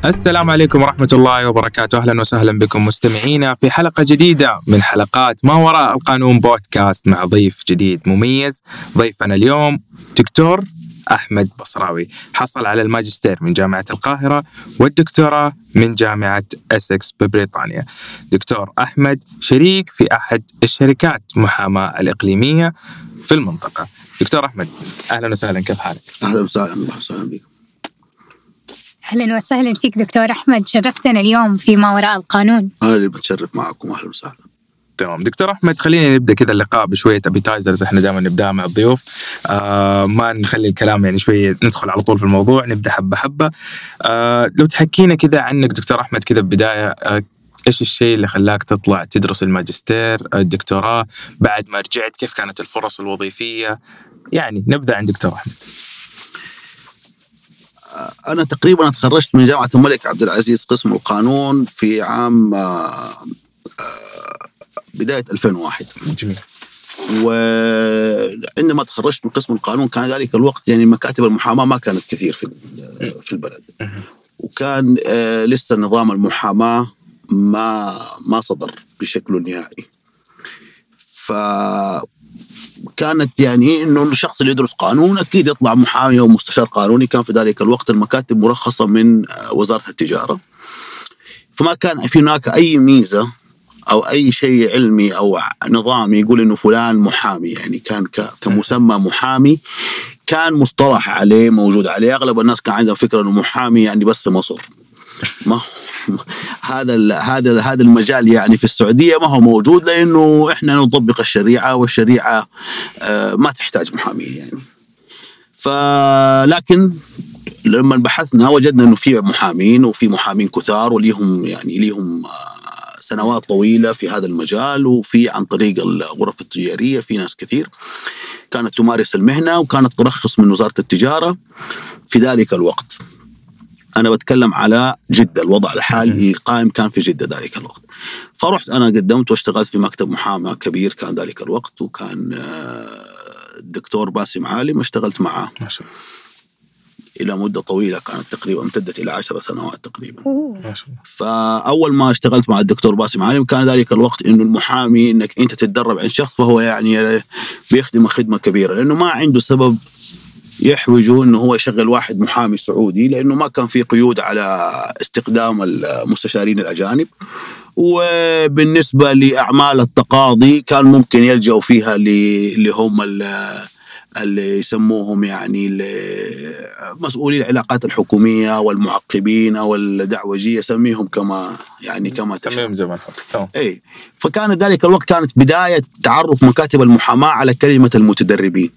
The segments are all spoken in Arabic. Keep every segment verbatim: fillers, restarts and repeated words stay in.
السلام عليكم ورحمة الله وبركاته. أهلا وسهلا بكم مستمعينا في حلقة جديدة من حلقات ما وراء القانون بودكاست مع ضيف جديد مميز. ضيفنا اليوم دكتور أحمد بصراوي، حصل على الماجستير من جامعة القاهرة والدكتوراه من جامعة إسكس ببريطانيا. دكتور أحمد شريك في أحد الشركات محاماة الإقليمية في المنطقة. دكتور أحمد أهلا وسهلا، كيف حالك؟ أهلا وسهلا، الله وسهلا بكم. أهلا وسهلا فيك دكتور أحمد، شرفتنا اليوم في ما وراء القانون. أنا اللي بتشرف معكم، أهلا وسهلا. تمام دكتور أحمد، خلينا نبدأ كذا اللقاء بشوية أبيتايزرز، إحنا دائما نبدأ مع الضيوف، آه ما نخلي الكلام يعني شوية ندخل على طول في الموضوع، نبدأ حبة حبة. آه لو تحكينا كذا عنك دكتور أحمد كذا بداية، آه إيش الشيء اللي خلاك تطلع تدرس الماجستير الدكتوراه؟ بعد ما رجعت كيف كانت الفرص الوظيفية؟ يعني نبدأ عند دكتور أحمد. أنا تقريبا تخرجت من جامعة الملك عبد العزيز قسم القانون في عام بداية ألفين وواحد. جميل. وعندما تخرجت من قسم القانون كان ذلك الوقت يعني مكاتب المحاماة ما كانت كثير في في البلد، وكان لسه نظام المحاماة ما ما صدر بشكله النهائي. ف كانت يعني إنه الشخص اللي يدرس قانون أكيد يطلع محامي أو مستشار قانوني. كان في ذلك الوقت المكاتب مرخصة من وزارة التجارة، فما كان في هناك أي ميزة أو أي شيء علمي أو نظامي يقول إنه فلان محامي. يعني كان كمسمى محامي كان مصطلح عليه موجود عليه. أغلب الناس كان عندهم فكرة إنه محامي يعني بس في مصر. ما هذا هذا هذا المجال يعني في السعودية ما هو موجود، لأنه إحنا نطبق الشريعة، والشريعة ما تحتاج محامي يعني. فلكن لما بحثنا وجدنا إنه في محامين، وفي محامين كثار وليهم يعني ليهم سنوات طويلة في هذا المجال، وفي عن طريق الغرف التجارية في ناس كثير كانت تمارس المهنة وكانت ترخص من وزارة التجارة في ذلك الوقت. أنا بتكلم على جدة، الوضع الحالي قائم كان في جدة ذلك الوقت. فرحت أنا قدمت واشتغلت في مكتب محاماة كبير كان ذلك الوقت، وكان الدكتور باسم عالم اشتغلت معه إلى مدة طويلة، كانت تقريبا امتدت إلى عشر سنوات تقريبا. فأول ما اشتغلت مع الدكتور باسم عالم كان ذلك الوقت إنه المحامي إنك أنت تتدرب عند شخص فهو يعني بيخدم خدمة كبيرة، لأنه ما عنده سبب يحوجوا إنه هو يشغل واحد محامي سعودي، لأنه ما كان في قيود على استخدام المستشارين الأجانب. وبالنسبة لأعمال التقاضي كان ممكن يلجأوا فيها اللي هم اللي يسموهم يعني مسؤولي العلاقات الحكومية والمعقبين والدعوجية، سميهم كما يعني كما تسميهم زمان. أي فكان ذلك الوقت كانت بداية تعرف مكاتب المحاماة على كلمة المتدربين.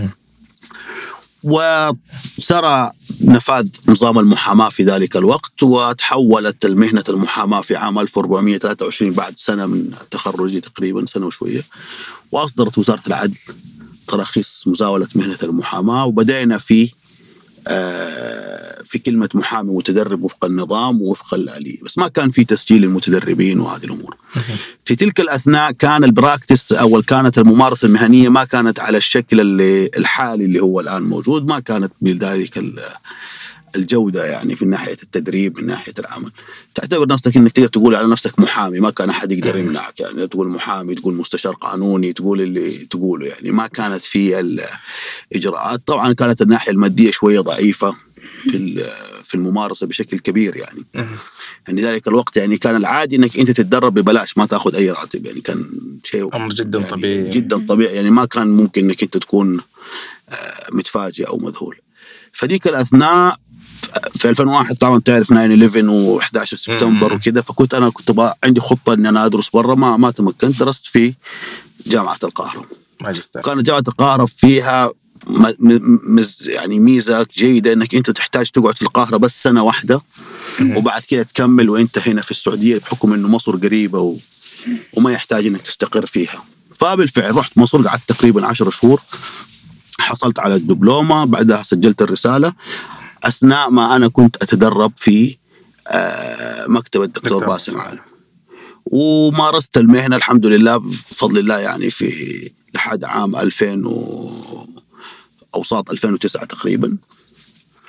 وسرى نفاذ نظام المحاماة في ذلك الوقت، وتحولت المهنة المحاماة في عام ألف وأربعمائة وثلاثة وعشرين بعد سنة من تخرجي تقريبا سنة وشوية، وأصدرت وزارة العدل تراخيص مزاولة مهنة المحاماة، وبدأنا في آه في كلمة محامي متدرب وفق النظام ووفق الآلية، بس ما كان في تسجيل المتدربين وهذه الأمور. في تلك الأثناء كان البراكتس أول كانت الممارسة المهنية ما كانت على الشكل اللي الحالي اللي هو الآن موجود، ما كانت بذلك الجودة يعني في ناحية التدريب من ناحية العمل. تعتبر نفسك إنك تقدر تقول على نفسك محامي، ما كان أحد يقدر يمنعك يعني تقول محامي، تقول مستشار قانوني، تقول اللي تقوله يعني. ما كانت في الإجراءات. طبعا كانت الناحية المادية شوية ضعيفة في في الممارسة بشكل كبير يعني. يعني ذلك الوقت يعني كان العادي إنك أنت تتدرب ببلاش ما تأخذ أي راتب، يعني كان شيء أمر جدا يعني طبيعي جدا طبيعي يعني. ما كان ممكن إنك أنت تكون متفاجئ أو مذهول. فديك الأثناء في ألفين وواحد طبعا تعرف تسعة إحدى عشر و11 سبتمبر وكذا، فكنت أنا كنت عندي خطة إن أنا أدرس برا، ما ما تمكنت. درست في جامعة القاهرة ماجستير. كانت جامعة القاهرة فيها يعني ميزة جيدة إنك أنت تحتاج تقعد في القاهرة بس سنة واحدة، وبعد كده تكمل وأنت هنا في السعودية بحكم إنه مصر قريبة و... وما يحتاج إنك تستقر فيها. فبالفعل رحت مصر، قعدت تقريبا عشر شهور، حصلت على الدبلومة، بعدها سجلت الرسالة أثناء ما أنا كنت أتدرب في مكتب الدكتور باسم عالم، ومارست المهنة الحمد لله بفضل الله يعني في لحد عام ألفين و أوساط ألفين وتسعة تقريبا.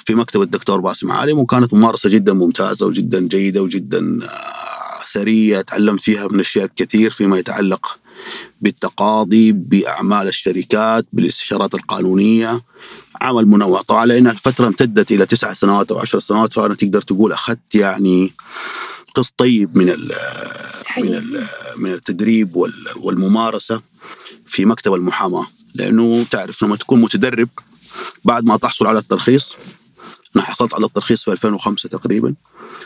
في مكتب الدكتور باسم عالم، وكانت ممارسة جدا ممتازة وجدا جيدة وجدا ثرية. تعلمت فيها من أشياء كثير فيما يتعلق بالتقاضي، بأعمال الشركات، بالاستشارات القانونية. عمل منوع طبعا، لأن الفترة امتدت إلى تسع سنوات أو عشر سنوات، فأنا تقدر تقول أخذت يعني قسط طيب من من من التدريب والممارسة في مكتب المحاماة. لأنه تعرف لما تكون متدرب بعد ما تحصل على الترخيص، أنا حصلت على الترخيص في ألفين وخمسة تقريبا،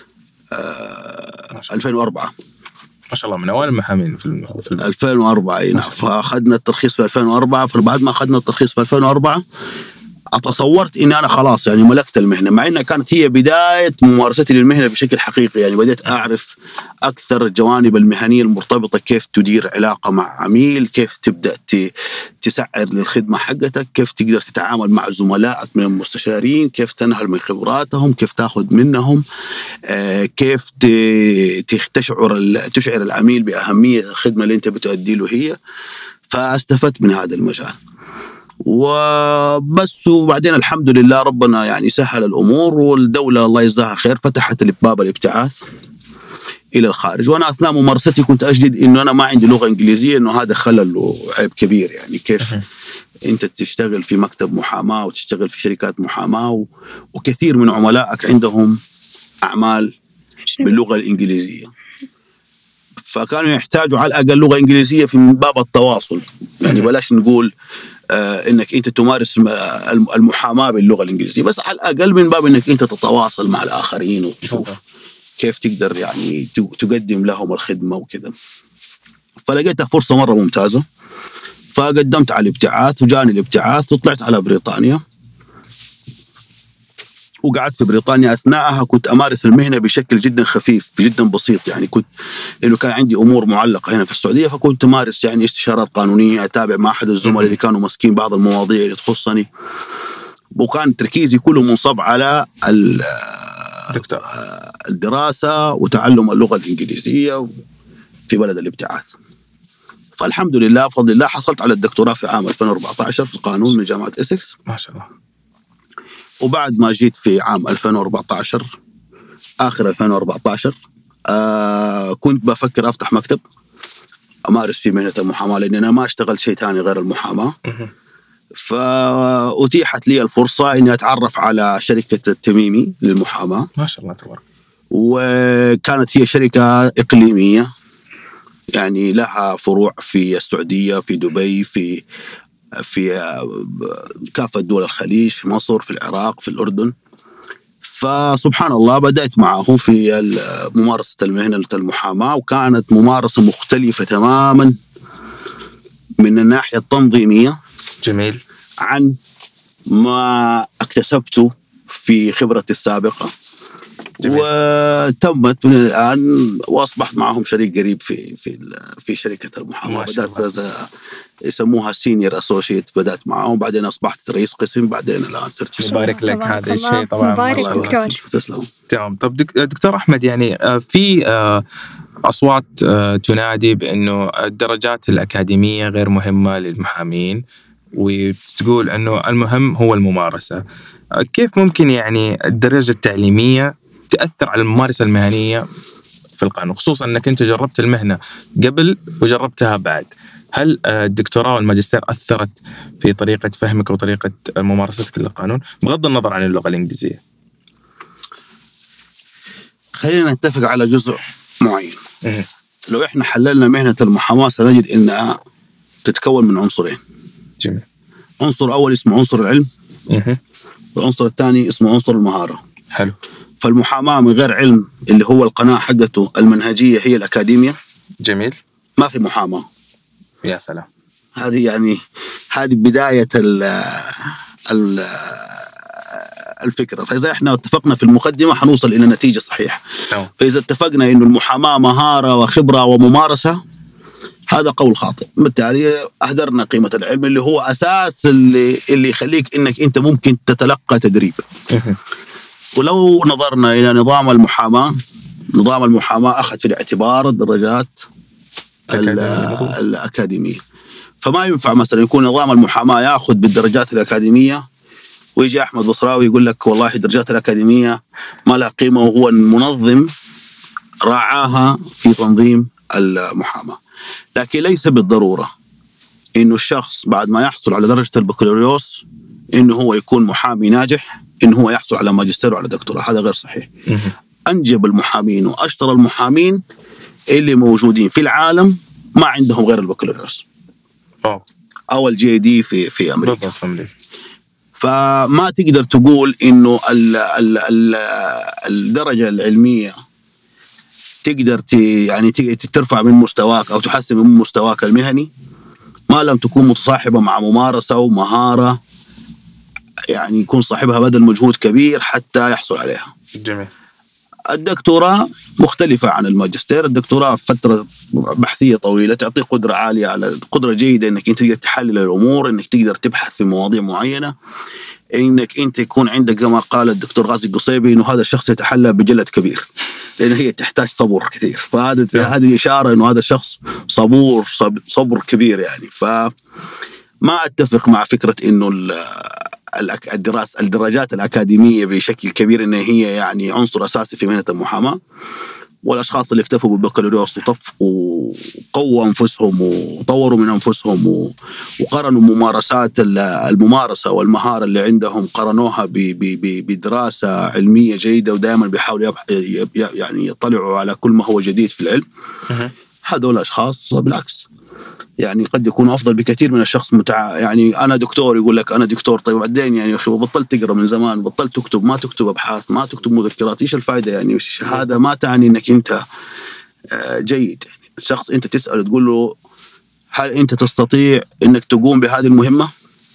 آه ألفين وأربعة ما شاء الله، من أوائل المحامين في الم... في الم... ألفين وأربعة. فأخذنا الترخيص في ألفين وأربعة. فبعد ما أخذنا الترخيص في ألفين وأربعة أتصورت إني أنا خلاص يعني ملكت المهنة، مع إنها كانت هي بداية ممارستي للمهنة بشكل حقيقي. يعني بدأت أعرف أكثر الجوانب المهنية المرتبطة، كيف تدير علاقة مع عميل، كيف تبدأ تسعر للخدمة حقتك، كيف تقدر تتعامل مع زملائك من المستشارين، كيف تنهل من خبراتهم، كيف تأخذ منهم، كيف تشعر تشعر العميل بأهمية الخدمة اللي أنت بتؤدي له هي. فاستفدت من هذا المجال وبس. وبعدين الحمد لله ربنا يعني سهل الأمور، والدولة الله يجزاها خير فتحت باب الابتعاث إلى الخارج. وأنا أثناء ممارستي كنت أجد إنه أنا ما عندي لغة إنجليزية، إنه هذا خلل وعيب كبير. يعني كيف أنت تشتغل في مكتب محاماة وتشتغل في شركات محاماة وكثير من عملائك عندهم أعمال باللغة الإنجليزية، فكانوا يحتاجوا على الأقل لغة إنجليزية في من باب التواصل. يعني بلاش نقول آه إنك أنت تمارس المحاماة باللغة الإنجليزية، بس على الأقل من باب إنك أنت تتواصل مع الآخرين وتشوف كيف تقدر يعني تقدم لهم الخدمة وكذا. فلقيتها فرصة مرة ممتازة، فقدمت على الابتعاث وجاني الابتعاث وطلعت على بريطانيا. وقعدت في بريطانيا. أثناءها كنت أمارس المهنة بشكل جدا خفيف جدا بسيط. يعني كنت إنه كان عندي أمور معلقة هنا في السعودية، فكنت أمارس يعني استشارات قانونية، أتابع مع أحد الزملاء اللي كانوا ماسكين بعض المواضيع اللي تخصني، وكان تركيزي كله منصب على الدراسة وتعلم اللغة الإنجليزية في بلد الابتعاث. فالحمد لله بفضل الله حصلت على الدكتوراه في عام ألفين وأربعة عشر في القانون من جامعة إسكس ما شاء الله. وبعد ما جيت في عام ألفين وأربعة عشر آخر ألفين وأربعة عشر آه كنت بفكر أفتح مكتب أمارس في مهنة المحاماة، لأن أنا ما اشتغلت شيء ثاني غير المحاماة. فأتيحت لي الفرصة إني أتعرف على شركة التميمي للمحاماة. ما شاء الله تبارك. وكانت هي شركة إقليمية، يعني لها فروع في السعودية، في دبي، في في كافة دول الخليج، في مصر، في العراق، في الأردن. فسبحان الله بدأت معهم في ممارسة المهنة المحاماة، وكانت ممارسة مختلفة تماما من الناحية التنظيمية. جميل. عن ما اكتسبته في خبرتي السابقة. جميل. وتمت من الآن وأصبحت معهم شريك قريب في في في شركة المحاماة. بدأت يسموها سينيور أسوشيت، بدأت معهم، بعدين أصبحت رئيس قسم، بعدين الآن صرت. مبارك لك هذا الشيء طبعا. مبارك دكتور. تسلم. تمام. طب دكتور أحمد، يعني في أصوات تنادي بأنه الدرجات الأكاديمية غير مهمة للمحامين، وتقول أنه المهم هو الممارسة. كيف ممكن يعني الدرجة التعليمية تأثر على الممارسة المهنية في القانون، خصوصا أنك أنت جربت المهنة قبل وجربتها بعد؟ هل الدكتوراه والماجستير أثرت في طريقة فهمك وطريقة ممارستك للقانون بغض النظر عن اللغة الإنجليزية؟ خلينا نتفق على جزء معين. م- لو إحنا حللنا مهنة المحاماة سنجد أنها تتكون من عنصرين. جميل. عنصر أول اسمه عنصر العلم، م- والعنصر الثاني اسمه عنصر المهارة. حلو. فالمحاماة من غير علم اللي هو القناة حقته المنهجية هي الأكاديمية. جميل. ما في محاماة. يا سلام. هذه يعني هذه بداية ال ال الفكرة. فإذا إحنا اتفقنا في المقدمة حنوصل إلى نتيجة صحيحة. أوه. فإذا اتفقنا إنه المحاماة مهارة وخبرة وممارسة، هذا قول خاطئ. بالتالي أهدرنا قيمة العلم اللي هو أساس اللي اللي يخليك إنك أنت ممكن تتلقى تدريب. ولو نظرنا إلى نظام المحاماة، نظام المحاماة أخذ في الاعتبار الدرجات الأكاديمية. فما ينفع مثلا يكون نظام المحاماة يأخذ بالدرجات الأكاديمية ويجي أحمد بصراوي يقول لك والله درجات الأكاديمية ما لها قيمة، وهو المنظم راعاها في تنظيم المحاماة. لكن ليس بالضرورة إنه الشخص بعد ما يحصل على درجة البكالوريوس إنه هو يكون محامي ناجح، إنه هو يحصل على ماجستير وعلى دكتوراه. هذا غير صحيح. أنجب المحامين وأشطر المحامين اللي موجودين في العالم ما عندهم غير البكالوريوس أو الجي دي في في أمريكا. فما تقدر تقول إنه ال ال ال الدرجة العلمية تقدر يعني ترفع من مستواك أو تحسن من مستواك المهني ما لم تكون متصاحبة مع ممارسة ومهارة يعني يكون صاحبها بذل مجهود كبير حتى يحصل عليها. جميل. الدكتوراه مختلفة عن الماجستير. الدكتوراه فترة بحثية طويلة تعطيك قدرة عالية على قدرة جيدة إنك أنت تقدر تحلل الأمور، إنك تقدر تبحث في مواضيع معينة، إنك أنت يكون عندك زي ما قال الدكتور غازي القصيبي إنه هذا الشخص يتحلى بجلد كبير، لأن هي تحتاج صبر كثير. فهذا هذه إشارة إنه هذا الشخص صبور صبر كبير يعني. فما أتفق مع فكرة إنه الدراسة الدرجات الأكاديمية بشكل كبير إن هي يعني عنصر أساسي في مهنة المحاماة. والأشخاص اللي اكتفوا بالبكالوريوس وطفوا وقووا أنفسهم وطوروا من أنفسهم وقارنوا ممارسات الممارسة والمهارة اللي عندهم قارنوها بدراسة علمية جيدة ودائما بيحاولوا يعني يطلعوا على كل ما هو جديد في العلم، هذول الأشخاص بالعكس يعني قد يكون أفضل بكثير من الشخص متع... يعني أنا دكتور يقول لك أنا دكتور، طيب بعدين يعني شو بطلت تقرأ من زمان، بطلت تكتب، ما تكتب أبحاث، ما تكتب مذكرات، إيش الفائدة يعني؟ الشهادة ما تعني إنك أنت جيد. يعني الشخص أنت تسأل تقول له هل أنت تستطيع إنك تقوم بهذه المهمة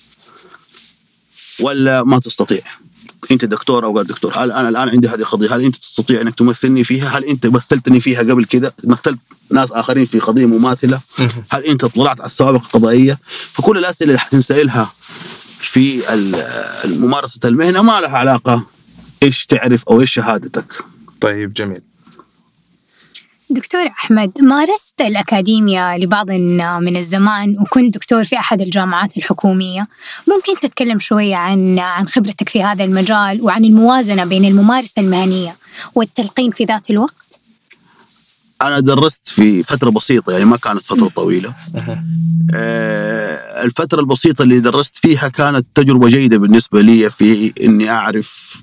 ولا ما تستطيع؟ أنت دكتور أو غير دكتور، هل أنا الآن عندي هذه القضية، هل أنت تستطيع إنك تمثلني فيها؟ هل أنت مثلتني فيها قبل كده؟ مثلت ناس آخرين في قضية مماثلة؟ هل أنت طلعت على السوابق القضائية؟ فكل الأسئلة اللي حتنسألها في الممارسة المهنة ما لها علاقة إيش تعرف أو إيش شهادتك. طيب جميل. دكتور أحمد، مارست الأكاديمية لبعض من الزمان وكنت دكتور في أحد الجامعات الحكومية، ممكن تتكلم شوية عن عن خبرتك في هذا المجال وعن الموازنة بين الممارسة المهنية والتلقين في ذات الوقت؟ أنا درست في فترة بسيطة يعني ما كانت فترة طويلة. آه الفترة البسيطة اللي درست فيها كانت تجربة جيدة بالنسبة لي في إني أعرف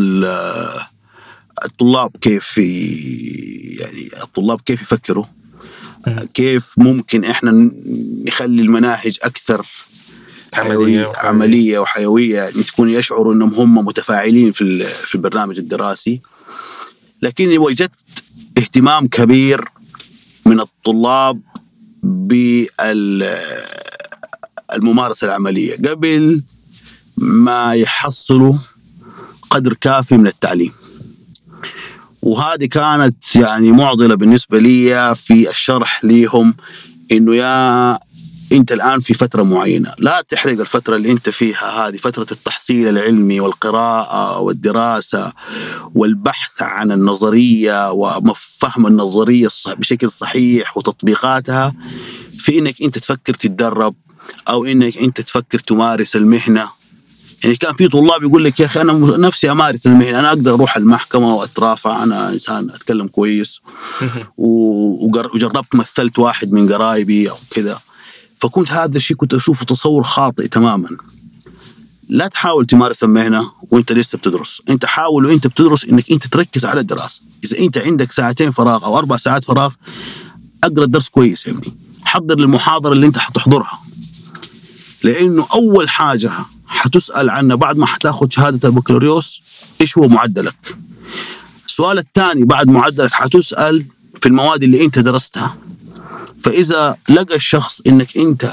الطلاب كيف يعني الطلاب كيف يفكروا، كيف ممكن إحنا نخلي المناهج أكثر عملية, عملية وحيوية، يعني تكون يشعروا أنهم هم متفاعلين في في البرنامج الدراسي. لكن وجدت اهتمام كبير من الطلاب بالممارسة العملية قبل ما يحصلوا قدر كافي من التعليم، وهذه كانت يعني معضلة بالنسبة لي في الشرح ليهم إنه يا أنت الآن في فترة معينة لا تحرق الفترة اللي أنت فيها، هذه فترة التحصيل العلمي والقراءة والدراسة والبحث عن النظرية وفهم النظرية بشكل صحيح وتطبيقاتها، في إنك أنت تفكر تتدرب أو إنك أنت تفكر تمارس المهنة. يعني كان في طلاب يقول لك يا أخي أنا نفسي أمارس المهنة، أنا أقدر أروح المحكمة وأترافع، أنا إنسان أتكلم كويس وجربت مثلت واحد من قرايبي أو كذا. فكنت هذا الشيء كنت أشوفه تصور خاطئ تماما. لا تحاول تمارس المهنة وأنت لسه بتدرس، أنت حاول وأنت بتدرس إنك أنت تركز على الدراسة. إذا أنت عندك ساعتين فراغ أو أربع ساعات فراغ أقرأ الدرس كويس يا ابني، حضر للمحاضرة اللي أنت حتحضرها، لأنه أول حاجة حتسأل عنها بعد ما حتاخد شهادة البكالوريوس إيش هو معدلك. السؤال الثاني بعد معدلك حتسأل في المواد اللي أنت درستها. فإذا لقى الشخص إنك أنت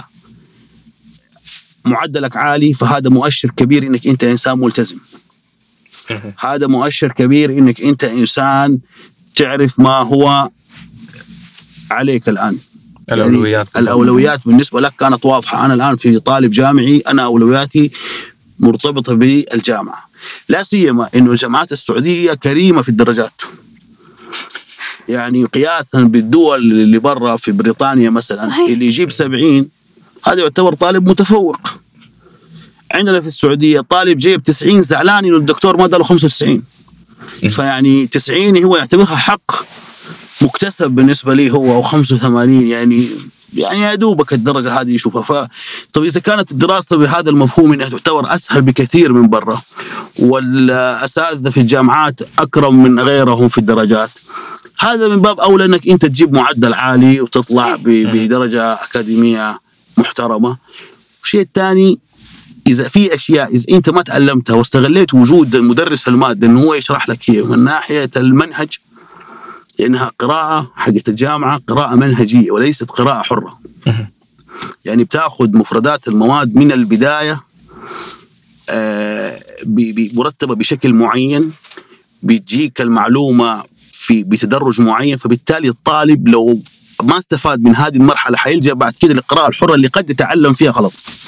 معدلك عالي فهذا مؤشر كبير إنك أنت إنسان ملتزم، هذا مؤشر كبير إنك أنت إنسان تعرف ما هو عليك الآن. الأولويات يعني الأولويات بالنسبة لك كانت واضحة. أنا الآن في طالب جامعي، أنا أولوياتي مرتبطة بالجامعة، لا سيما إنه الجامعات السعودية كريمة في الدرجات، يعني قياسا بالدول اللي برا في بريطانيا مثلا صحيح. اللي يجيب سبعين هذا يعتبر طالب متفوق. عندنا في السعودية طالب جايب تسعين زعلان إنه الدكتور ما اداله خمسة وتسعين، فيعني تسعين هو يعتبرها حق مكتسب بالنسبة لي هو، أو خمسة وثمانين يعني يعني يا دوبك الدرجة هذه يشوفها. ف طب إذا كانت الدراسة بهذا المفهوم إنها تعتبر أسهل بكثير من برا، والأساتذة في الجامعات أكرم من غيرهم في الدرجات، هذا من باب أولى أنك أنت تجيب معدل عالي وتطلع بدرجة أكاديمية محترمة. الشيء الثاني، إذا في أشياء إذا أنت ما تعلمتها واستغليت وجود المدرس المادة إنه هو يشرح لك هي من ناحية المنهج، لأنها قراءة حقت الجامعة قراءة منهجية وليست قراءة حرة. يعني بتاخد مفردات المواد من البداية مرتبة بشكل معين، بتجيك المعلومة في بتدرج معين، فبالتالي الطالب لو ما استفاد من هذه المرحلة حيلجأ بعد كده للقراءة الحرة اللي قد يتعلم فيها غلط.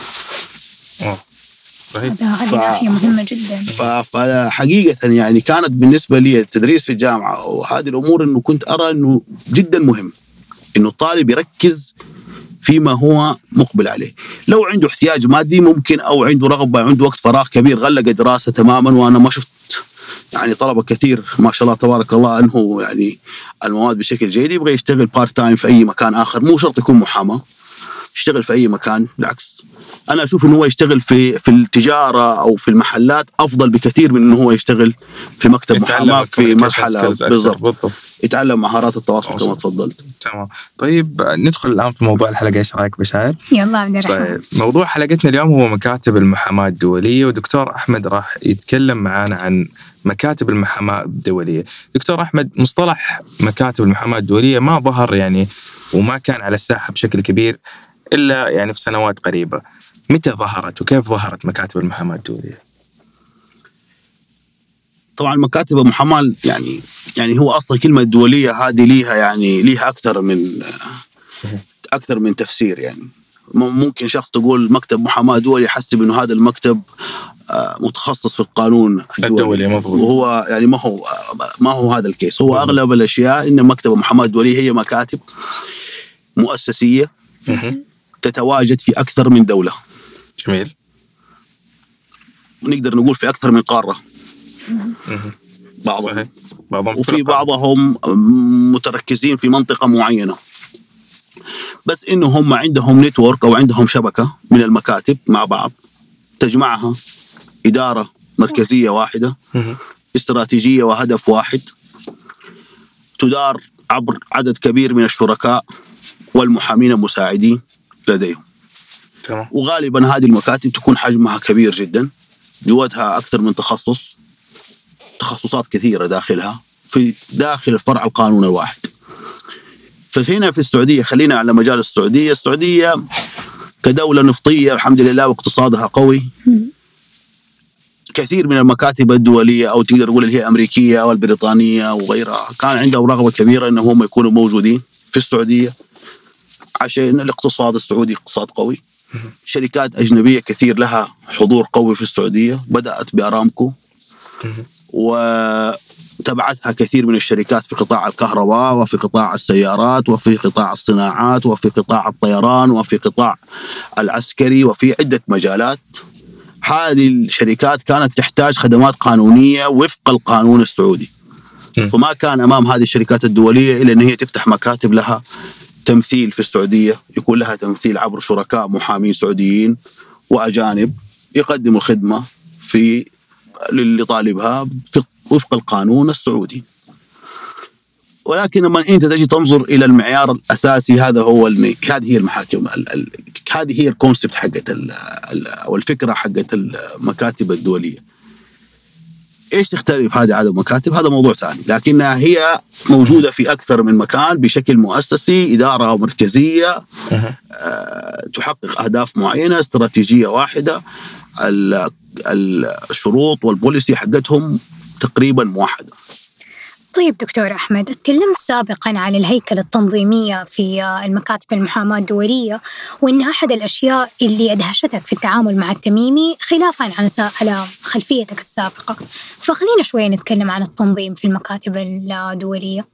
صحيح. هذه ناحية مهمة جدا. فحقيقة يعني كانت بالنسبة لي التدريس في الجامعة وهذه الأمور إنه كنت أرى إنه جدا مهم إنه الطالب يركز فيما هو مقبل عليه. لو عنده احتياج مادي ممكن، أو عنده رغبة، عنده وقت فراغ كبير غلق دراسة تماما، وأنا ما شفت يعني طلبة كثير ما شاء الله تبارك الله أنه يعني المواد بشكل جيد يبغى يشتغل بارت تايم في أي مكان آخر، مو شرط يكون محاماة، يشتغل في أي مكان. بالعكس أنا أشوف إنه هو يشتغل في في التجارة أو في المحلات أفضل بكثير من إنه هو يشتغل في مكتب محاماة في مرحلة بالضبط يتعلم مهارات التواصل كما تفضلت. تمام. طيب ندخل الآن في موضوع الحلقة، إيش رأيك بشاير؟ يلا عبد الرحمن. طيب موضوع حلقتنا اليوم هو مكاتب المحاماة الدولية، ودكتور أحمد راح يتكلم معنا عن مكاتب المحاماة الدولية. دكتور أحمد، مصطلح مكاتب المحاماة الدولية ما ظهر يعني وما كان على الساحة بشكل كبير إلا يعني في سنوات قريبة. متى ظهرت وكيف ظهرت مكاتب المحاماة الدولية؟ طبعا مكاتب المحاماة يعني يعني هو أصلا كلمة دولية هذه ليها يعني ليها أكثر من أكثر من تفسير. يعني ممكن شخص تقول مكتب محاماة دولي يحسب إنه هذا المكتب متخصص في القانون الدولي، وهو يعني ما هو ما هو هذا الكيس. هو أغلب الأشياء إن مكتب محاماة الدولية هي مكاتب مؤسسية تتواجد في أكثر من دولة. جميل. ونقدر نقول في أكثر من قارة. بعضهم. بعضهم وفي بعضهم متركزين في منطقة معينة، بس إنه هم عندهم نتورك أو عندهم شبكة من المكاتب مع بعض تجمعها إدارة مركزية واحدة، استراتيجية وهدف واحد، تدار عبر عدد كبير من الشركاء والمحامين المساعدين لديهم. تمام. وغالبا هذه المكاتب تكون حجمها كبير جدا، جواتها أكثر من تخصص، تخصصات كثيرة داخلها في داخل الفرع القانون الواحد. فهنا في السعودية، خلينا على مجال السعودية. السعودية كدولة نفطية الحمد لله واقتصادها قوي، كثير من المكاتب الدولية أو تقدر تقول اللي هي أمريكية أو البريطانية وغيرها كان عندهم رغبة كبيرة أنهم يكونوا موجودين في السعودية عشان الاقتصاد السعودي اقتصاد قوي. شركات أجنبية كثير لها حضور قوي في السعودية، بدأت بأرامكو وتبعتها كثير من الشركات في قطاع الكهرباء وفي قطاع السيارات وفي قطاع الصناعات وفي قطاع الطيران وفي قطاع العسكري وفي عدة مجالات. هذه الشركات كانت تحتاج خدمات قانونية وفق القانون السعودي، فما كان أمام هذه الشركات الدولية إلا أن هي تفتح مكاتب لها تمثيل في السعودية، يكون لها تمثيل عبر شركاء محامين سعوديين وأجانب يقدموا الخدمة في لطالبها وفق القانون السعودي. ولكن لما أنت تجي تنظر إلى المعيار الأساسي، هذا هو هذه هي المحاكم، هذه هي الكونسبت حقت أو الفكرة حقت المكاتب الدولية. إيش تختلف هذه عدد مكاتب؟ هذا موضوع ثاني، لكنها هي موجودة في أكثر من مكان بشكل مؤسسي، إدارة مركزية أه تحقق أهداف معينة، استراتيجية واحدة، الشروط والبوليسي حقتهم تقريبا موحدة. طيب دكتور أحمد، تكلمت سابقاً عن الهيكل التنظيمية في المكاتب المحاماة الدولية، وإنها أحد الأشياء اللي أدهشتك في التعامل مع التميمي خلافاً عن على خلفيتك السابقة. فخلينا شوية نتكلم عن التنظيم في المكاتب الدولية.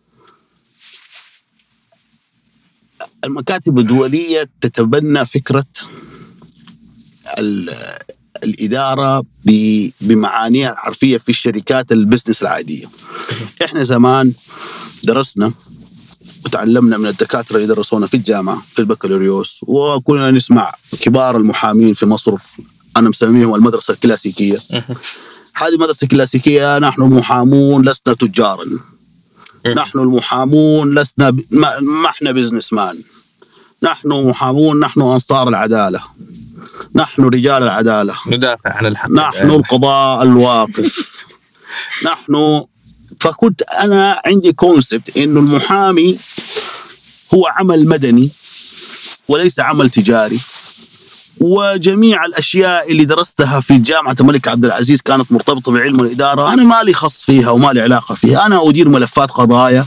المكاتب الدولية تتبنى فكرة الإدارة بمعانيها الحرفية في الشركات البزنس العادية. إحنا زمان درسنا وتعلمنا من الدكاترة اللي درسونا في الجامعة في البكالوريوس، وكنا نسمع كبار المحامين في مصر، أنا مسميهم المدرسة الكلاسيكية. هذه المدرسة الكلاسيكية: نحن محامون لسنا تجارا، نحن المحامون لسنا ب... ما... ما احنا بزنس مان، نحن محامون، نحن أنصار العدالة، نحن رجال العدالة، ندافع عن الحق، نحن القضاء الواقف، نحن. فكنت أنا عندي كونسبت إنه المحامي هو عمل مدني وليس عمل تجاري، وجميع الأشياء اللي درستها في جامعة الملك عبد العزيز كانت مرتبطة بعلم الإدارة أنا ما لي خص فيها وما لي علاقة فيها. أنا أدير ملفات قضايا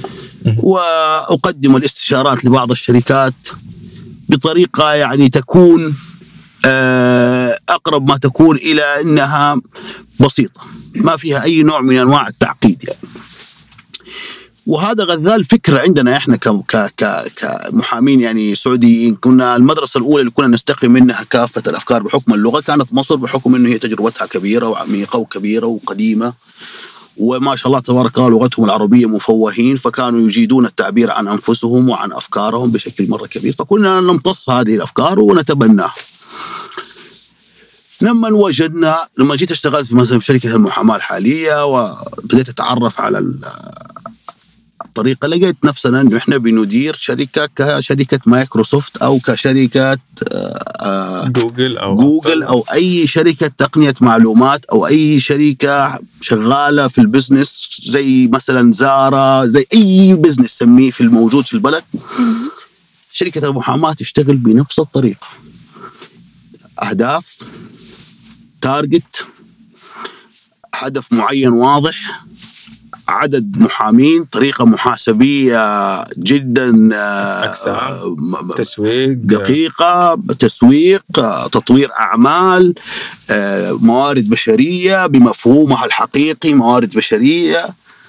وأقدم الاستشارات لبعض الشركات بطريقة يعني تكون أقرب ما تكون إلى أنها بسيطة، ما فيها أي نوع من أنواع التعقيد يعني. وهذا غذاء الفكرة عندنا إحنا كمحامين يعني سعوديين. كنا المدرسة الأولى اللي كنا نستقي منها كافة الأفكار بحكم اللغة كانت مصر، بحكم إنه هي تجربتها كبيرة وعميقة وكبيرة وقديمة، وما شاء الله تبارك الله لغتهم العربية مفوهين، فكانوا يجيدون التعبير عن أنفسهم وعن أفكارهم بشكل مرة كبير، فكنا نمتص هذه الأفكار ونتبناها. لما وجدنا لما جيت اشتغلت في مثلا في شركة المحاماة الحالية وبدأت أتعرف على الطريقة، لقيت نفسنا إنه إحنا بندير شركة كشركة مايكروسوفت أو كشركة جوجل أو جوجل أو أي شركة تقنية معلومات أو أي شركة شغالة في البزنس زي مثلا زارا، زي أي بزنس سميه في الموجود في البلد. شركة المحاماة تشتغل بنفس الطريقة، أهداف، تارجت، هدف معين واضح، عدد محامين، طريقة محاسبية جدا تسويق دقيقة، تسويق، تطوير أعمال، موارد بشرية بمفهومها الحقيقي، موارد بشرية،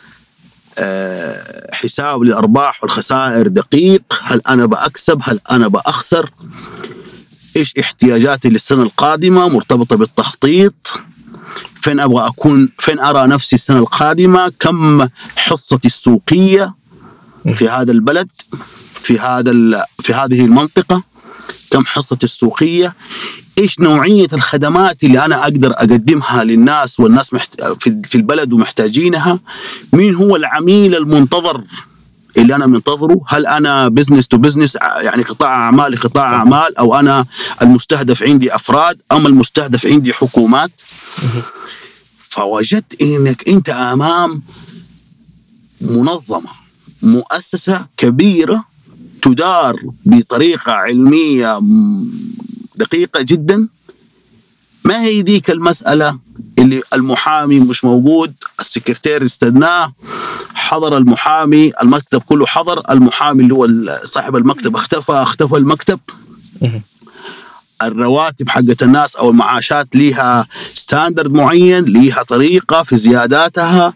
حساب للأرباح والخسائر دقيق، هل أنا بأكسب، هل أنا بأخسر، إيش احتياجاتي للسنة القادمة مرتبطة بالتخطيط، فين أبغى أكون، فين أرى نفسي السنة القادمة، كم حصتي السوقية في هذا البلد، في هذا في هذه المنطقة، كم حصتي السوقية، إيش نوعية الخدمات اللي أنا أقدر أقدمها للناس والناس محت... في البلد ومحتاجينها، مين هو العميل المنتظر اللي أنا منتظره، هل أنا بزنس تو بزنس يعني قطاع أعمال لقطاع أعمال، أو أنا المستهدف عندي أفراد، أم المستهدف عندي حكومات. فوجدت إنك أنت أمام منظمة، مؤسسة كبيرة تدار بطريقة علمية دقيقة جدا. ما هي ذيك المسألة اللي المحامي مش موجود، السكرتير استناه، حضر المحامي، المكتب كله حضر، المحامي اللي هو صاحب المكتب اختفى اختفى المكتب. الرواتب حقت الناس أو المعاشات ليها ستاندرد معين، ليها طريقة في زياداتها.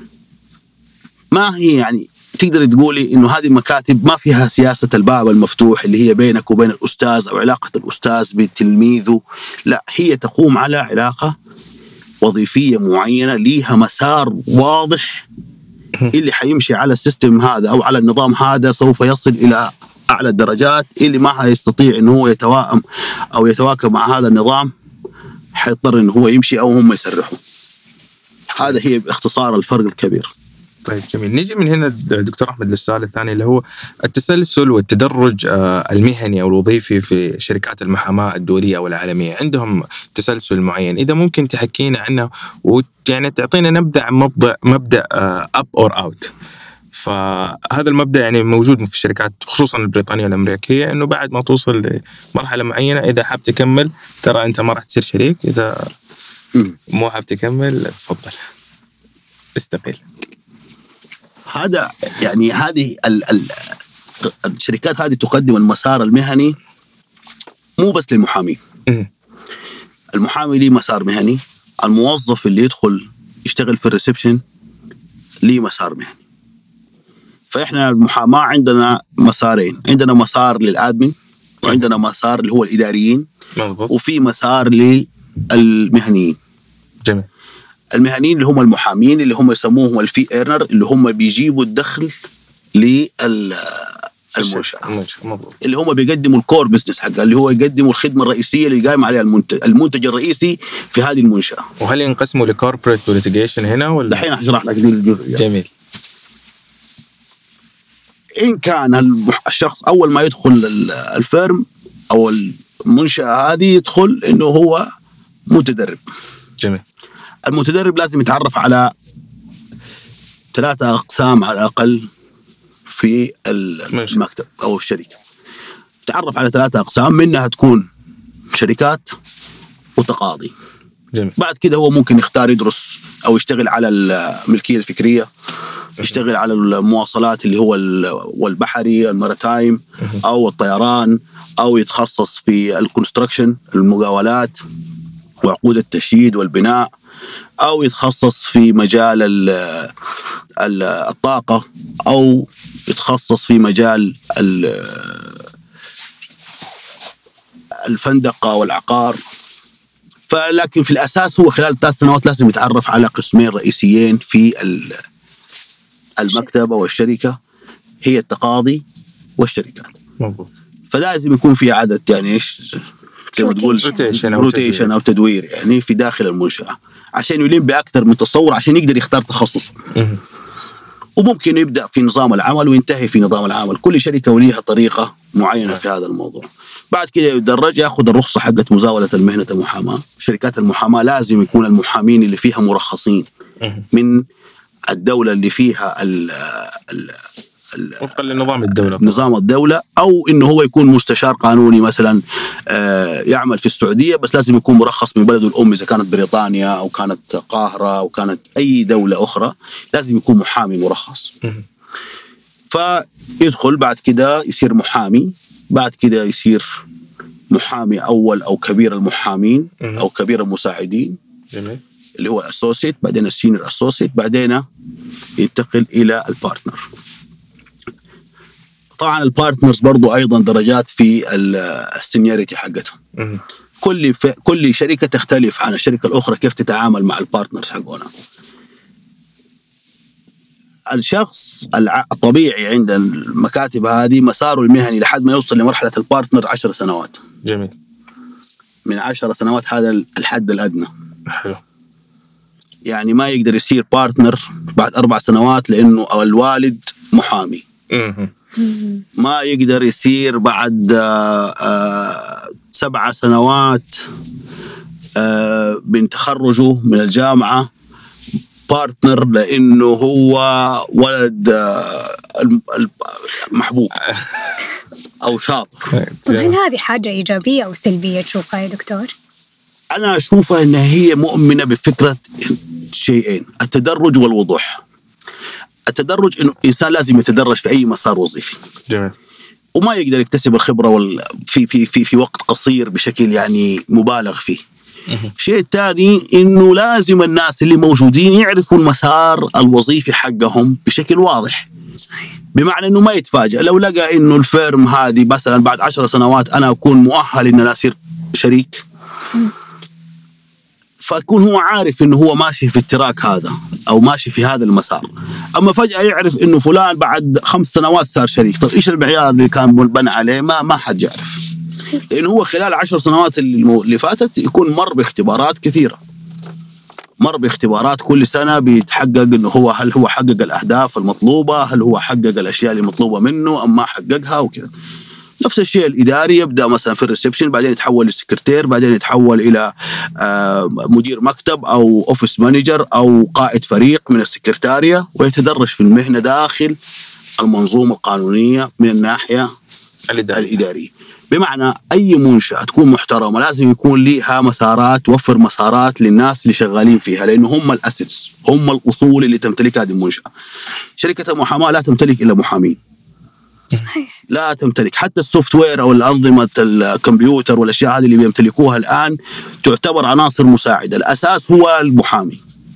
ما هي يعني تقدر تقولي إنه هذه المكاتب ما فيها سياسة الباب المفتوح اللي هي بينك وبين الأستاذ أو علاقة الأستاذ بتلميذه، لا، هي تقوم على علاقة وظيفية معينة ليها مسار واضح. اللي حيمشي على السيستم هذا أو على النظام هذا سوف يصل إلى أعلى الدرجات، اللي ما هيستطيع إنه هو يتوائم أو يتواكب مع هذا النظام حيضطر إنه هو يمشي أو هم يسرحوا. هذا هي باختصار الفرق الكبير. طيب جميل. نيجي من هنا دكتور أحمد للسؤال الثاني اللي هو التسلسل والتدرج المهني أو الوظيفي في شركات المحاماة الدولية والعالمية. عندهم تسلسل معين، إذا ممكن تحكينا عنه ويعني تعطينا نبذة عن مبدأ مبدأ أب أور أوت. فهذا المبدأ يعني موجود في الشركات خصوصا البريطانية والأمريكية، إنه بعد ما توصل لمرحلة معينة إذا حاب تكمل ترى أنت ما راح تصير شريك، إذا مو حاب تكمل تفضل استقيل. هذا يعني هذه ال ال الشركات هذه تقدم المسار المهني مو بس للمحامي. المحامي ليه مسار مهني، الموظف اللي يدخل يشتغل في الريسبشن ليه مسار مهني. فإحنا المحاماة عندنا مسارين، عندنا مسار للآدمين وعندنا مسار اللي هو الإداريين، وفي مسار المهنيين. جميل. المهنيين اللي هم المحامين اللي هم يسموهم الفي ايرنر، اللي هم بيجيبوا الدخل للمنشأة، اللي هم بيقدموا الكور بزنس حقها، اللي هو يقدموا الخدمة الرئيسية اللي قايم عليها المنتج المنتج الرئيسي في هذه المنشأة. وهل ينقسموا لكوربريت وليتيجيشن هنا ولا؟ دحين هشرح لك دي الجزء يعني. جميل. إن كان الشخص أول ما يدخل الفيرم أو المنشأة هذه يدخل إنه هو متدرب. جميل. المتدرب لازم يتعرف على ثلاثة أقسام على الأقل في المكتب أو الشركة. يتعرف على ثلاثة أقسام، منها تكون شركات وتقاضي. جميل. بعد كده هو ممكن يختار يدرس أو يشتغل على الملكية الفكرية، يشتغل على المواصلات اللي هو والبحري الماريتايم أو الطيران، أو يتخصص في الكونستراكشن المقاولات وعقود التشييد والبناء، أو يتخصص في مجال الطاقة، أو يتخصص في مجال الفندقة والعقار. فلكن في الأساس هو خلال ثلاث سنوات لازم يتعرف على قسمين رئيسيين في المكتب أو الشركة، هي التقاضي والشركات. مظبوط. فلازم يكون في عدد يعني إيش زي ما تقول روتيشن أو تدوير يعني في داخل المنشأة، عشان يلم بأكثر من تصور، عشان يقدر يختار تخصصه. وممكن يبدأ في نظام العمل وينتهي في نظام العمل. كل شركة وليها طريقة معينة في هذا الموضوع. بعد كده يدرج يأخذ الرخصة حقت مزاولة المهنة المحاماة. شركات المحاماة لازم يكون المحامين اللي فيها مرخصين من الدولة اللي فيها ال ال وفقا لنظام الدولة نظام الدولة، أو إنه هو يكون مستشار قانوني مثلا يعمل في السعودية، بس لازم يكون مرخص من بلده الأم، إذا كانت بريطانيا أو كانت القاهرة أو كانت أي دولة أخرى لازم يكون محامي مرخص. فيدخل بعد كده يصير محامي، بعد كده يصير محامي أول أو كبير المحامين أو كبير المساعدين. جميل. اللي هو الأسوسيت، بعدين السينيور أسوسيت، بعدين ينتقل إلى البارتنر. طبعا البارتنرز برضو أيضا درجات في السينيوريتي حقتهم. كل ف... كل شركة تختلف عن الشركة الأخرى كيف تتعامل مع البارتنرز حقنا. الشخص الطبيعي عند المكاتب هذه مساره المهني لحد ما يوصل لمرحلة البارتنر عشر سنوات. جميل. من عشر سنوات هذا الحد الأدنى. حلو. يعني ما يقدر يصير بارتنر بعد أربع سنوات لأنه الوالد محامي. ما يقدر يصير بعد آآ آآ سبع سنوات من تخرجه من الجامعة بارتنر لأنه هو ولد محبوب أو شاطر. طب هل هذه حاجة إيجابية أو سلبية تشوفها يا دكتور؟ أنا أشوفها إن هي مؤمنة بفكرة شيئين: التدرج والوضوح. التدرج إنه الإنسان لازم يتدرج في أي مسار وظيفي. جميل. وما يقدر يكتسب الخبرة وال... في في في في وقت قصير بشكل يعني مبالغ فيه. الشيء الثاني إنه لازم الناس اللي موجودين يعرفوا المسار الوظيفي حقهم بشكل واضح. صحيح. بمعنى إنه ما يتفاجأ لو لقى إنه الفيرم هذه مثلا بعد عشر سنوات أنا أكون مؤهل إن أنا أصير شريك، فيكون هو عارف إنه هو ماشي في التراك هذا أو ماشي في هذا المسار. أما فجأة يعرف إنه فلان بعد خمس سنوات صار شريك، طب إيش المعيار اللي كان بنى عليه؟ ما ما حد يعرف، لأنه هو خلال عشر سنوات اللي فاتت يكون مر باختبارات كثيرة، مر باختبارات كل سنة بيتحقق إنه هو هل هو حقق الأهداف المطلوبة، هل هو حقق الأشياء اللي مطلوبة منه أم ما حققها وكذا. نفس الشيء الإداري، يبدأ مثلا في الريسبشن، بعدين يتحول للسكرتير، بعدين يتحول إلى مدير مكتب أو أوفيس مانجر أو قائد فريق من السكرتارية، ويتدرج في المهنة داخل المنظومة القانونية من الناحية الإدارية. الإدارية. بمعنى أي منشأة تكون محترمة لازم يكون ليها مسارات، توفر مسارات للناس اللي شغالين فيها، لأنه هم الأسيتس، هم الأصول اللي تمتلك هذه المنشأة. شركة المحاماة لا تمتلك إلا محامين. صحيح. لا تمتلك حتى السوفت وير أو الأنظمة الكمبيوتر والأشياء هذه اللي بيمتلكوها الآن تعتبر عناصر مساعدة، الأساس هو المحامي.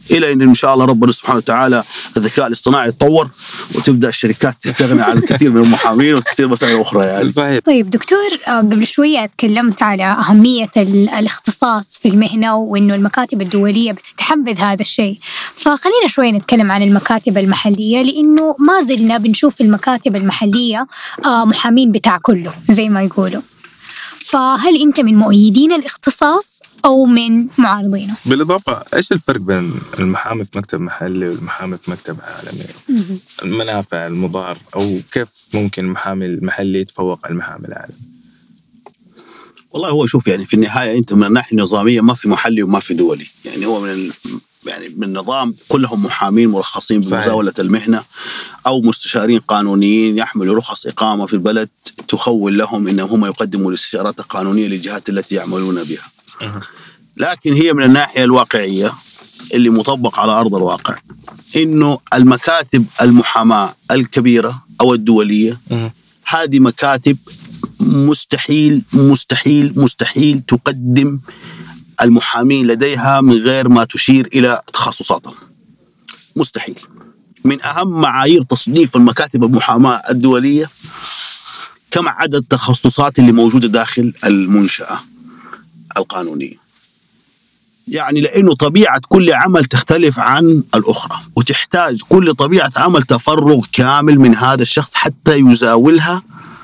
إلى أن إن شاء الله ربنا سبحانه وتعالى الذكاء الاصطناعي يتطور وتبدأ الشركات تستغني عن الكثير من المحامين وتصير مسائل أخرى يعني. صحيح. طيب دكتور، قبل شوية تكلمت على أهمية الاختصاص في المهنة وإنه المكاتب الدولية تحبذ هذا الشيء، فخلينا شوية نتكلم عن المكاتب المحلية، لأنه ما زلنا بنشوف في المكاتب المحلية محامين بتاع كله زي ما يقولوا. فهل أنت من مؤيدين الاختصاص أو من معارضينه؟ بالإضافة إيش الفرق بين المحامي في مكتب محلي والمحامي في مكتب عالمي؟ المنافع، المضار، أو كيف ممكن المحامي المحلي يتفوق على المحامي العالمي؟ والله هو شوف يعني في النهاية أنت من الناحية النظامية ما في محلي وما في دولي، يعني هو من ال... يعني من النظام كلهم محامين مرخصين بمزاولة المهنة أو مستشارين قانونيين يحملوا رخص إقامة في البلد تخول لهم إنهم هم يقدموا الاستشارات القانونية للجهات التي يعملون بها. لكن هي من الناحية الواقعية اللي مطبق على أرض الواقع إنه المكاتب المحاماة الكبيرة أو الدولية هذه مكاتب مستحيل مستحيل مستحيل تقدم المحامين لديها من غير ما تشير إلى تخصصاتهم. مستحيل. من أهم معايير تصنيف المكاتب المحاماة الدولية كم عدد التخصصات اللي موجودة داخل المنشأة القانونية، يعني لأنه طبيعة كل عمل تختلف عن الأخرى وتحتاج كل طبيعة عمل تفرغ كامل من هذا الشخص حتى يزاولها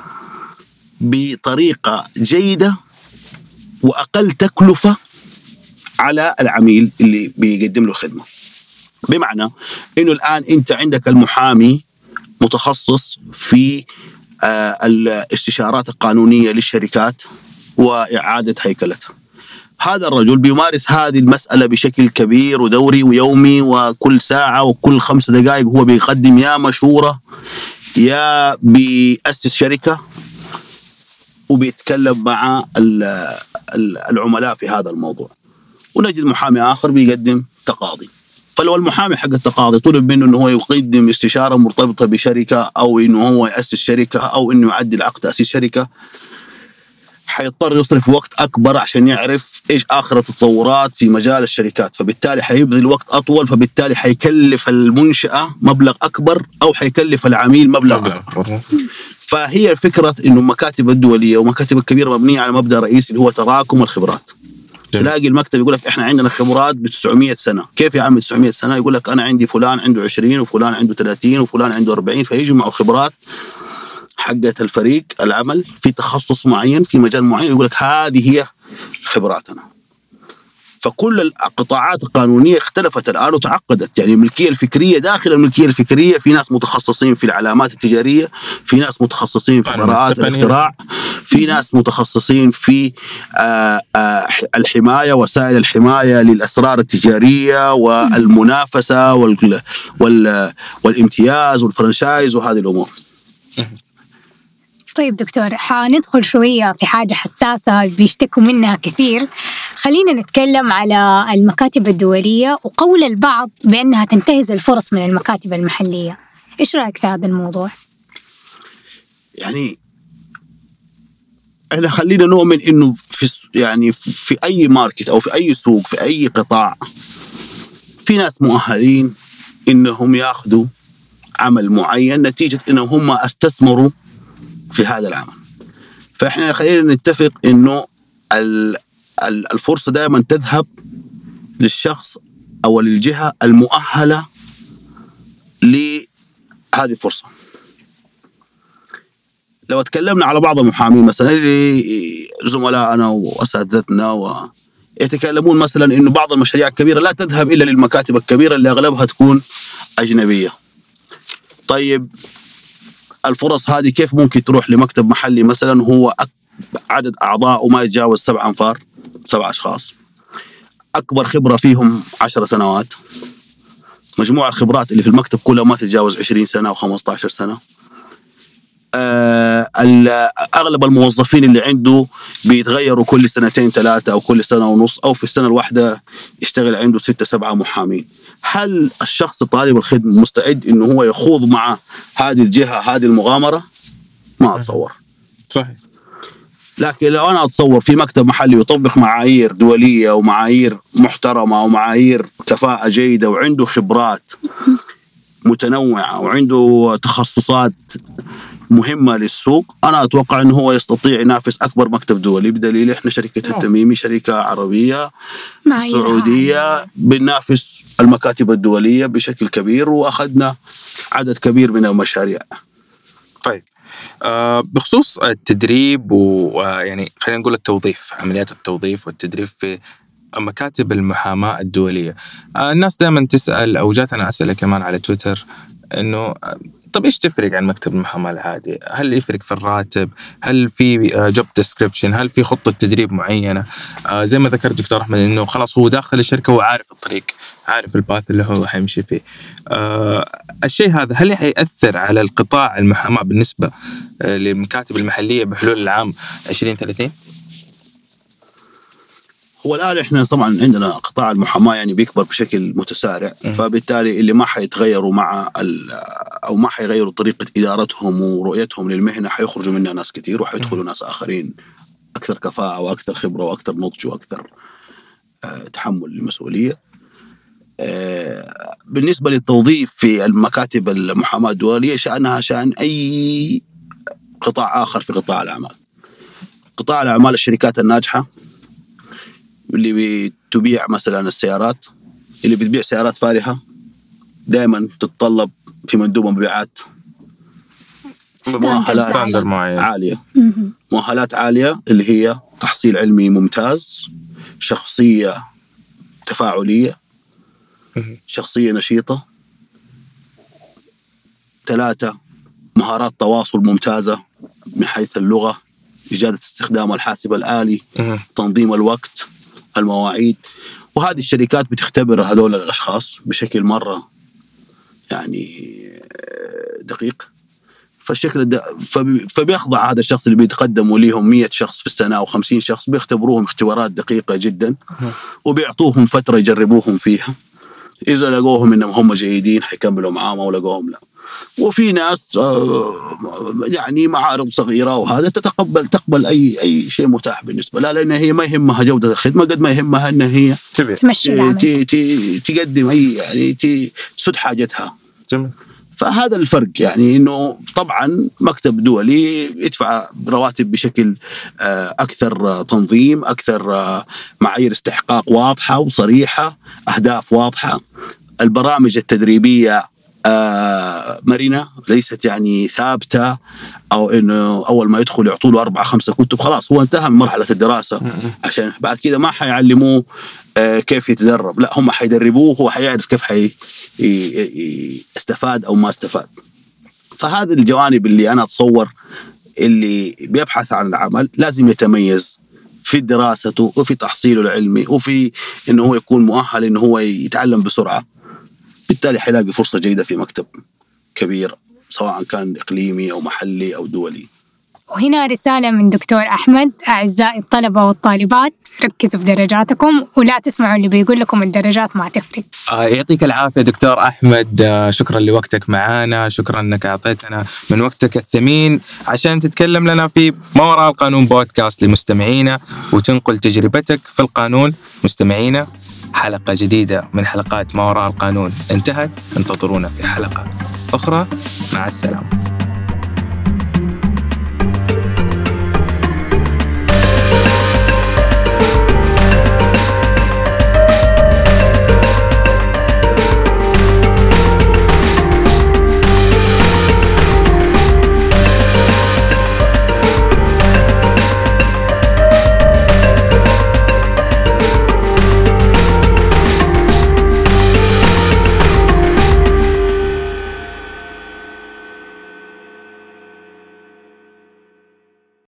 بطريقة جيدة وأقل تكلفة على العميل اللي بيقدم له خدمة. بمعنى إنه الآن أنت عندك المحامي متخصص في آه الاستشارات القانونية للشركات وإعادة هيكلتها. هذا الرجل بيمارس هذه المسألة بشكل كبير ودوري ويومي، وكل ساعة وكل خمس دقائق هو بيقدم يا مشورة يا بيأسس شركة وبيتكلم مع العملاء في هذا الموضوع. ونجد محامي آخر بيقدم تقاضي. فلو المحامي حق التقاضي طلب منه إنه هو يقدم استشارة مرتبطة بشركة أو إنه هو يأسس شركة أو إنه يعدل عقد تأسيس شركة، حيضطر يصرف وقت أكبر عشان يعرف إيش آخر التطورات في مجال الشركات، فبالتالي حيبذل وقت أطول، فبالتالي حيكلف المنشأة مبلغ أكبر أو حيكلف العميل مبلغ أكبر. فهي فكرة إنه المكاتب الدولية ومكاتب الكبيرة مبنية على مبدأ رئيسي اللي هو تراكم الخبرات. تلاقي المكتب يقول لك إحنا عندنا خبرات بتسعمية سنة. كيف يا عم تسعمية سنة؟ يقول لك أنا عندي فلان عنده عشرين وفلان عنده ثلاثين وفلان عنده أربعين، فيجمعوا الخبرات حقت الفريق العمل في تخصص معين في مجال معين، يقول لك هذه هي خبراتنا. فكل القطاعات القانونية اختلفت الآن وتعقدت، يعني الملكية الفكرية داخل الملكية الفكرية في ناس متخصصين في العلامات التجارية، في ناس متخصصين في براءات الاختراع، في ناس متخصصين في آآ آآ الحماية، وسائل الحماية للأسرار التجارية والمنافسة وال وال والامتياز والفرنشايز وهذه الأمور. طيب دكتور، حندخل شوية في حاجة حساسة بيشتكوا منها كثير. خلينا نتكلم على المكاتب الدولية وقول البعض بأنها تنتهز الفرص من المكاتب المحلية. إيش رأيك في هذا الموضوع؟ يعني إحنا خلينا نؤمن إنه في يعني في أي ماركت أو في أي سوق في أي قطاع في ناس مؤهلين إنهم يأخذوا عمل معين نتيجة إنهم هم استثمروا في هذا العمل. فإحنا خلينا نتفق إنه الفرصة دائما تذهب للشخص أو للجهة المؤهلة لهذه الفرصة. لو تكلمنا على بعض المحامين مثلا اللي زملائنا وأساتذتنا ويتكلمون مثلا إنه بعض المشاريع الكبيرة لا تذهب إلا للمكاتب الكبيرة اللي أغلبها تكون أجنبية. طيب الفرص هذه كيف ممكن تروح لمكتب محلي مثلا هو عدد أعضاء وما يتجاوز سبع أنفار، سبع أشخاص، أكبر خبرة فيهم عشر سنوات، مجموع الخبرات اللي في المكتب كلها ما تتجاوز عشرين سنة أو خمسة عشر سنة. آه أغلب الموظفين اللي عنده بيتغيروا كل سنتين ثلاثة أو كل سنة ونص، أو في السنة الواحدة يشتغل عنده ستة سبعة محامين. هل الشخص طالب الخدمة مستعد إنه هو يخوض مع هذه الجهة هذه المغامرة؟ ما أتصور. صحيح. لكن لو أنا أتصور في مكتب محلي يطبق معايير دولية ومعايير محترمة ومعايير كفاءة جيدة وعنده خبرات متنوعة وعنده تخصصات مهمة للسوق، أنا أتوقع أنه هو يستطيع ينافس أكبر مكتب دولي، بدليل إحنا شركة التميمي شركة عربية سعودية بننافس المكاتب الدولية بشكل كبير وأخذنا عدد كبير من المشاريع. طيب أه بخصوص التدريب ويعني خلينا نقول التوظيف، عمليات التوظيف والتدريب في مكاتب المحاماة الدولية، أه الناس دائما تسأل أو جاتنا أسئلة كمان على تويتر إنه طب إيش تفرق عن مكتب المحاماة العادي؟ هل يفرق في الراتب؟ هل في جوب ديسكريبشن؟ هل في خطة تدريب معينة؟ آه زي ما ذكر دكتور أحمد إنه خلاص هو داخل الشركة وعارف الطريق، عارف الباث اللي هو حيمشي فيه. آه الشيء هذا هل حيأثر على القطاع المحاماة بالنسبة آه للمكاتب المحلية بحلول العام عشرين ثلاثين؟ هو الآن إحنا طبعا عندنا قطاع المحاماة يعني بيكبر بشكل متسارع، فبالتالي اللي ما حيتغيروا مع أو ما حيغيروا طريقة إدارتهم ورؤيتهم للمهنة حيخرجوا منها ناس كتير وحيدخلوا ناس آخرين أكثر كفاءة وأكثر خبرة وأكثر نضج وأكثر آه تحمل للمسؤولية. آه بالنسبة للتوظيف في المكاتب المحاماة الدولية شأنها شأن أي قطاع آخر في قطاع الأعمال. قطاع الأعمال الشركات الناجحة اللي بتبيع مثلا السيارات، اللي بتبيع سيارات فارهة دائما تتطلب في مندوب مبيعات مؤهلات عالية، مؤهلات عالية اللي هي تحصيل علمي ممتاز، شخصية تفاعلية، شخصية نشيطة، ثلاثة مهارات تواصل ممتازة من حيث اللغة، إجادة استخدام الحاسب الآلي، تنظيم الوقت، المواعيد. وهذه الشركات بتختبر هذول الأشخاص بشكل مرة يعني دقيق. فالشكل فبيخضع هذا الشخص اللي بيتقدموا ليهم مية شخص في السنة أو خمسين شخص، بيختبروهم اختبارات دقيقة جدا وبيعطوهم فترة يجربوهم فيها. إذا لقوهم إنهم هم جيدين حيكملوا معاهم أو لقوهم لا. وفي ناس يعني معارض صغيرة وهذا تتقبل تقبل أي أي شيء متاح بالنسبة لها، لأن هي ما يهمها جودة الخدمة قد ما يهمها أن هي تقدم أي يعني تسد حاجتها. جميل. فهذا الفرق يعني إنه طبعا مكتب دولي يدفع رواتب بشكل أكثر تنظيم، أكثر معايير استحقاق واضحة وصريحة، أهداف واضحة، البرامج التدريبية آه مرنة ليست يعني ثابتة، أو إنه أول ما يدخل يعطوا له أربعة خمسة كتب خلاص هو انتهى من مرحلة الدراسة عشان بعد كده ما حيعلموه آه كيف يتدرب، لا هم حيدربوه هو حيعرف كيف حي استفاد أو ما استفاد. فهذه الجوانب اللي أنا أتصور اللي بيبحث عن العمل لازم يتميز في دراسته وفي تحصيله العلمي وفي إنه هو يكون مؤهل إنه هو يتعلم بسرعة، بالتالي حيلاقي فرصة جيدة في مكتب كبير سواء كان إقليمي أو محلي أو دولي. وهنا رسالة من دكتور أحمد: أعزائي الطلبة والطالبات، ركزوا في درجاتكم ولا تسمعوا اللي بيقول لكم الدرجات ما تفرق. آه يعطيك العافية دكتور أحمد، آه شكرا لوقتك معانا، شكرا أنك أعطيتنا من وقتك الثمين عشان تتكلم لنا في ما وراء القانون بودكاست لمستمعينا وتنقل تجربتك في القانون. مستمعينا، حلقة جديدة من حلقات ما وراء القانون انتهت، انتظرونا في حلقة أخرى، مع السلامة.